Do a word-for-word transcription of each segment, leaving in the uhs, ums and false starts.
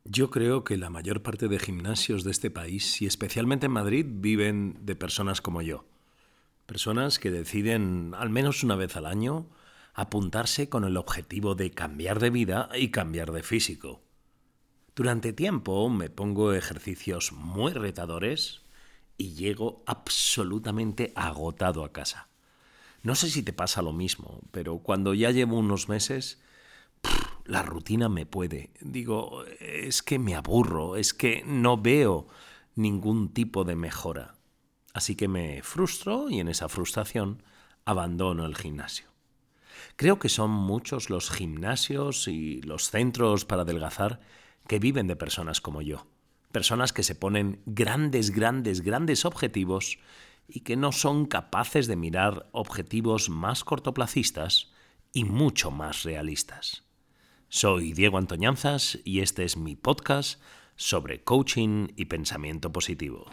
Yo creo que la mayor parte de gimnasios de este país, y especialmente en Madrid, viven de personas como yo. Personas que deciden, al menos una vez al año, apuntarse con el objetivo de cambiar de vida y cambiar de físico. Durante tiempo me pongo ejercicios muy retadores y llego absolutamente agotado a casa. No sé si te pasa lo mismo, pero cuando ya llevo unos meses, la rutina me puede. Digo, es que me aburro, es que no veo ningún tipo de mejora. Así que me frustro y en esa frustración abandono el gimnasio. Creo que son muchos los gimnasios y los centros para adelgazar que viven de personas como yo. Personas que se ponen grandes, grandes, grandes objetivos y que no son capaces de mirar objetivos más cortoplacistas y mucho más realistas. Soy Diego Antoñanzas y este es mi podcast sobre coaching y pensamiento positivo.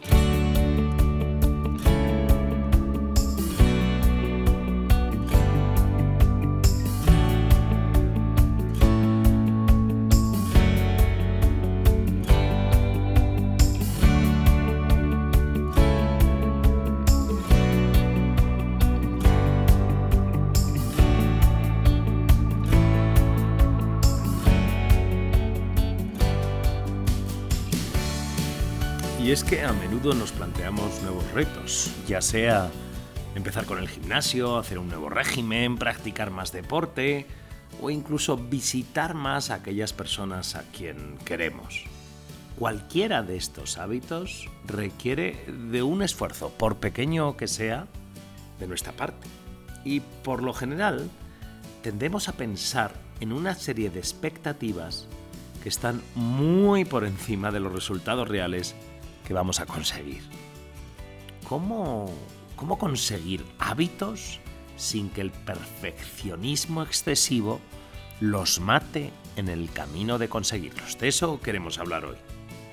Y es que a menudo nos planteamos nuevos retos, ya sea empezar con el gimnasio, hacer un nuevo régimen, practicar más deporte o incluso visitar más a aquellas personas a quien queremos. Cualquiera de estos hábitos requiere de un esfuerzo, por pequeño que sea, de nuestra parte. Y por lo general, tendemos a pensar en una serie de expectativas que están muy por encima de los resultados reales que vamos a conseguir. ¿Cómo, cómo conseguir hábitos sin que el perfeccionismo excesivo los mate en el camino de conseguirlos? De eso queremos hablar hoy.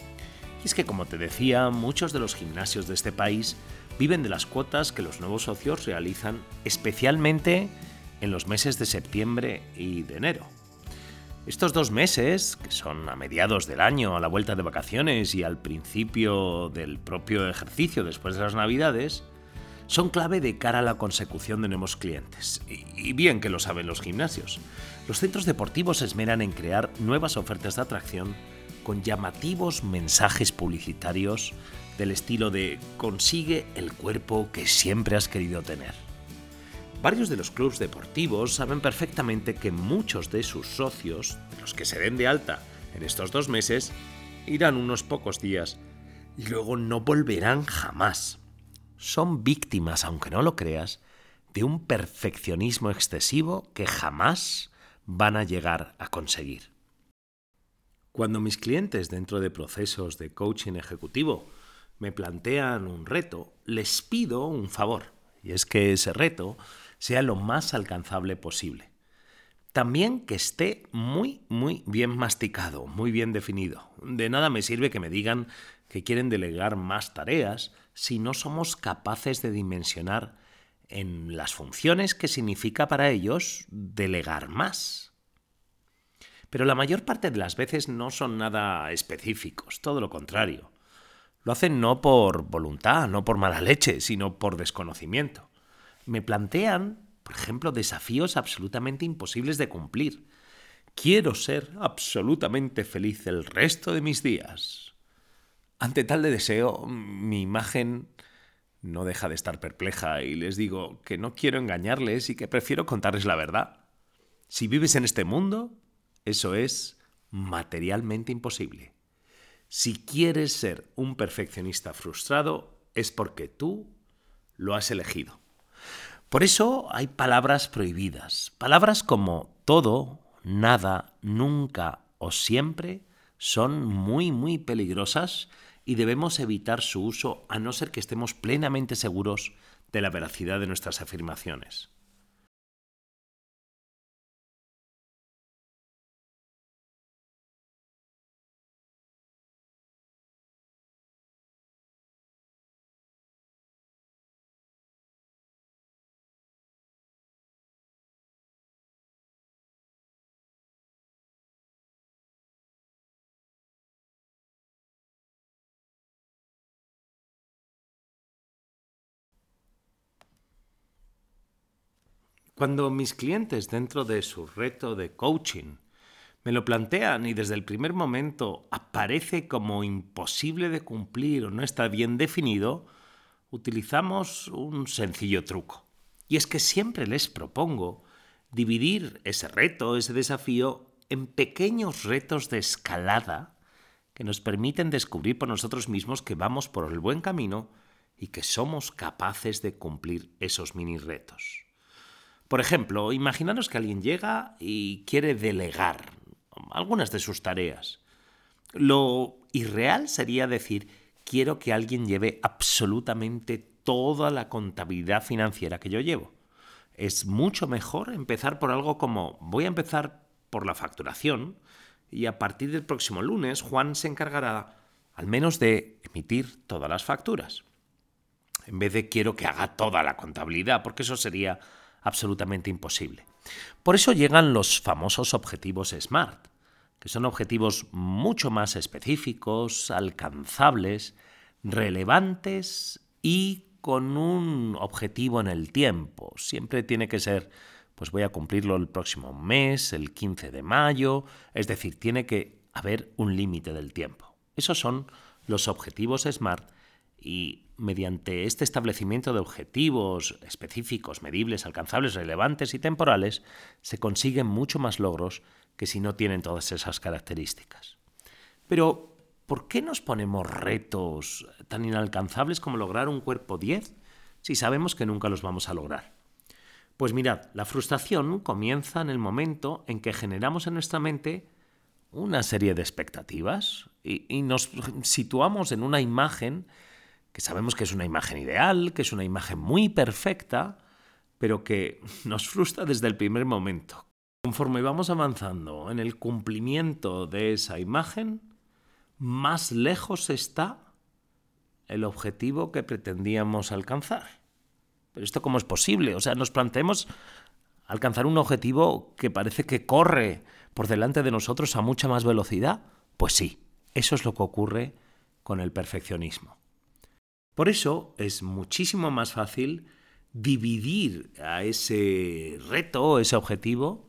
Y es que, como te decía, muchos de los gimnasios de este país viven de las cuotas que los nuevos socios realizan, especialmente en los meses de septiembre y de enero. Estos dos meses, que son a mediados del año, a la vuelta de vacaciones y al principio del propio ejercicio después de las Navidades, son clave de cara a la consecución de nuevos clientes. Y bien que lo saben los gimnasios. Los centros deportivos se esmeran en crear nuevas ofertas de atracción con llamativos mensajes publicitarios del estilo de consigue el cuerpo que siempre has querido tener. Varios de los clubes deportivos saben perfectamente que muchos de sus socios, de los que se den de alta en estos dos meses, irán unos pocos días y luego no volverán jamás. Son víctimas, aunque no lo creas, de un perfeccionismo excesivo que jamás van a llegar a conseguir. Cuando mis clientes dentro de procesos de coaching ejecutivo me plantean un reto, les pido un favor, y es que ese reto sea lo más alcanzable posible. También que esté muy, muy bien masticado, muy bien definido. De nada me sirve que me digan que quieren delegar más tareas si no somos capaces de dimensionar en las funciones que significa para ellos delegar más. Pero la mayor parte de las veces no son nada específicos, todo lo contrario. Lo hacen no por voluntad, no por mala leche, sino por desconocimiento. Me plantean, por ejemplo, desafíos absolutamente imposibles de cumplir. Quiero ser absolutamente feliz el resto de mis días. Ante tal de deseo, mi imagen no deja de estar perpleja y les digo que no quiero engañarles y que prefiero contarles la verdad. Si vives en este mundo, eso es materialmente imposible. Si quieres ser un perfeccionista frustrado, es porque tú lo has elegido. Por eso hay palabras prohibidas. Palabras como todo, nada, nunca o siempre son muy, muy peligrosas y debemos evitar su uso a no ser que estemos plenamente seguros de la veracidad de nuestras afirmaciones. Cuando mis clientes dentro de su reto de coaching me lo plantean y desde el primer momento aparece como imposible de cumplir o no está bien definido, utilizamos un sencillo truco. Y es que siempre les propongo dividir ese reto, ese desafío, en pequeños retos de escalada que nos permiten descubrir por nosotros mismos que vamos por el buen camino y que somos capaces de cumplir esos mini retos. Por ejemplo, imaginaros que alguien llega y quiere delegar algunas de sus tareas. Lo irreal sería decir, quiero que alguien lleve absolutamente toda la contabilidad financiera que yo llevo. Es mucho mejor empezar por algo como, voy a empezar por la facturación y a partir del próximo lunes Juan se encargará al menos de emitir todas las facturas. En vez de quiero que haga toda la contabilidad, porque eso sería absolutamente imposible. Por eso llegan los famosos objetivos SMART, que son objetivos mucho más específicos, alcanzables, relevantes y con un objetivo en el tiempo. Siempre tiene que ser, pues voy a cumplirlo el próximo mes, el quince de mayo, es decir, tiene que haber un límite del tiempo. Esos son los objetivos SMART y mediante este establecimiento de objetivos específicos, medibles, alcanzables, relevantes y temporales, se consiguen mucho más logros que si no tienen todas esas características. Pero, ¿por qué nos ponemos retos tan inalcanzables como lograr un cuerpo diez si sabemos que nunca los vamos a lograr? Pues mirad, la frustración comienza en el momento en que generamos en nuestra mente una serie de expectativas y, y nos situamos en una imagen que sabemos que es una imagen ideal, que es una imagen muy perfecta, pero que nos frustra desde el primer momento. Conforme vamos avanzando en el cumplimiento de esa imagen, más lejos está el objetivo que pretendíamos alcanzar. Pero ¿esto cómo es posible? O sea, nos planteemos alcanzar un objetivo que parece que corre por delante de nosotros a mucha más velocidad. Pues sí, eso es lo que ocurre con el perfeccionismo. Por eso es muchísimo más fácil dividir a ese reto, ese objetivo,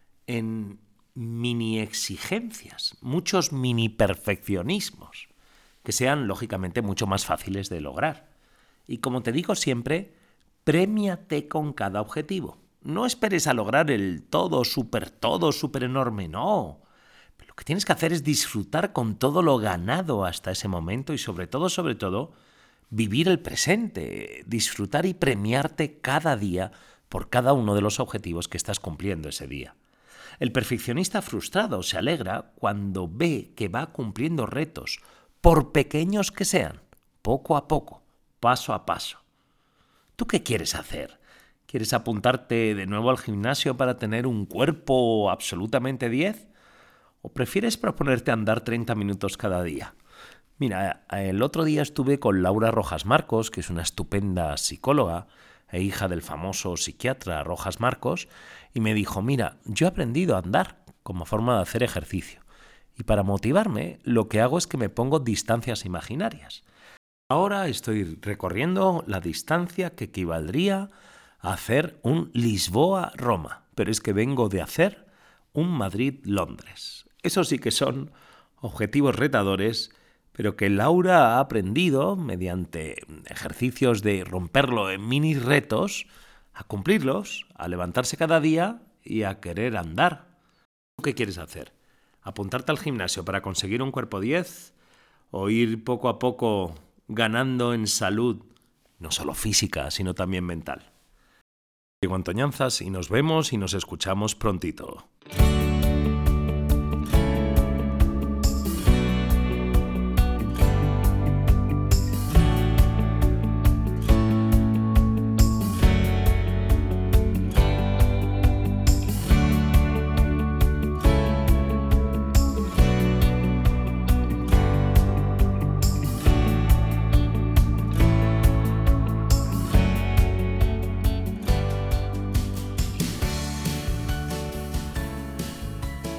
en mini exigencias, muchos mini perfeccionismos, que sean lógicamente mucho más fáciles de lograr. Y como te digo siempre, prémiate con cada objetivo. No esperes a lograr el todo, súper todo, súper enorme, no. Lo que tienes que hacer es disfrutar con todo lo ganado hasta ese momento y sobre todo, sobre todo, vivir el presente, disfrutar y premiarte cada día por cada uno de los objetivos que estás cumpliendo ese día. El perfeccionista frustrado se alegra cuando ve que va cumpliendo retos, por pequeños que sean, poco a poco, paso a paso. ¿Tú qué quieres hacer? ¿Quieres apuntarte de nuevo al gimnasio para tener un cuerpo absolutamente diez? ¿O prefieres proponerte andar treinta minutos cada día? Mira, el otro día estuve con Laura Rojas Marcos, que es una estupenda psicóloga e hija del famoso psiquiatra Rojas Marcos, y me dijo, mira, yo he aprendido a andar como forma de hacer ejercicio. Y para motivarme, lo que hago es que me pongo distancias imaginarias. Ahora estoy recorriendo la distancia que equivaldría a hacer un Lisboa-Roma, pero es que vengo de hacer un Madrid-Londres. Eso sí que son objetivos retadores, pero que Laura ha aprendido, mediante ejercicios de romperlo en mini retos, a cumplirlos, a levantarse cada día y a querer andar. ¿Tú qué quieres hacer? ¿Apuntarte al gimnasio para conseguir un cuerpo diez? ¿O ir poco a poco ganando en salud, no solo física, sino también mental? Diego Antoñanzas y nos vemos y nos escuchamos prontito.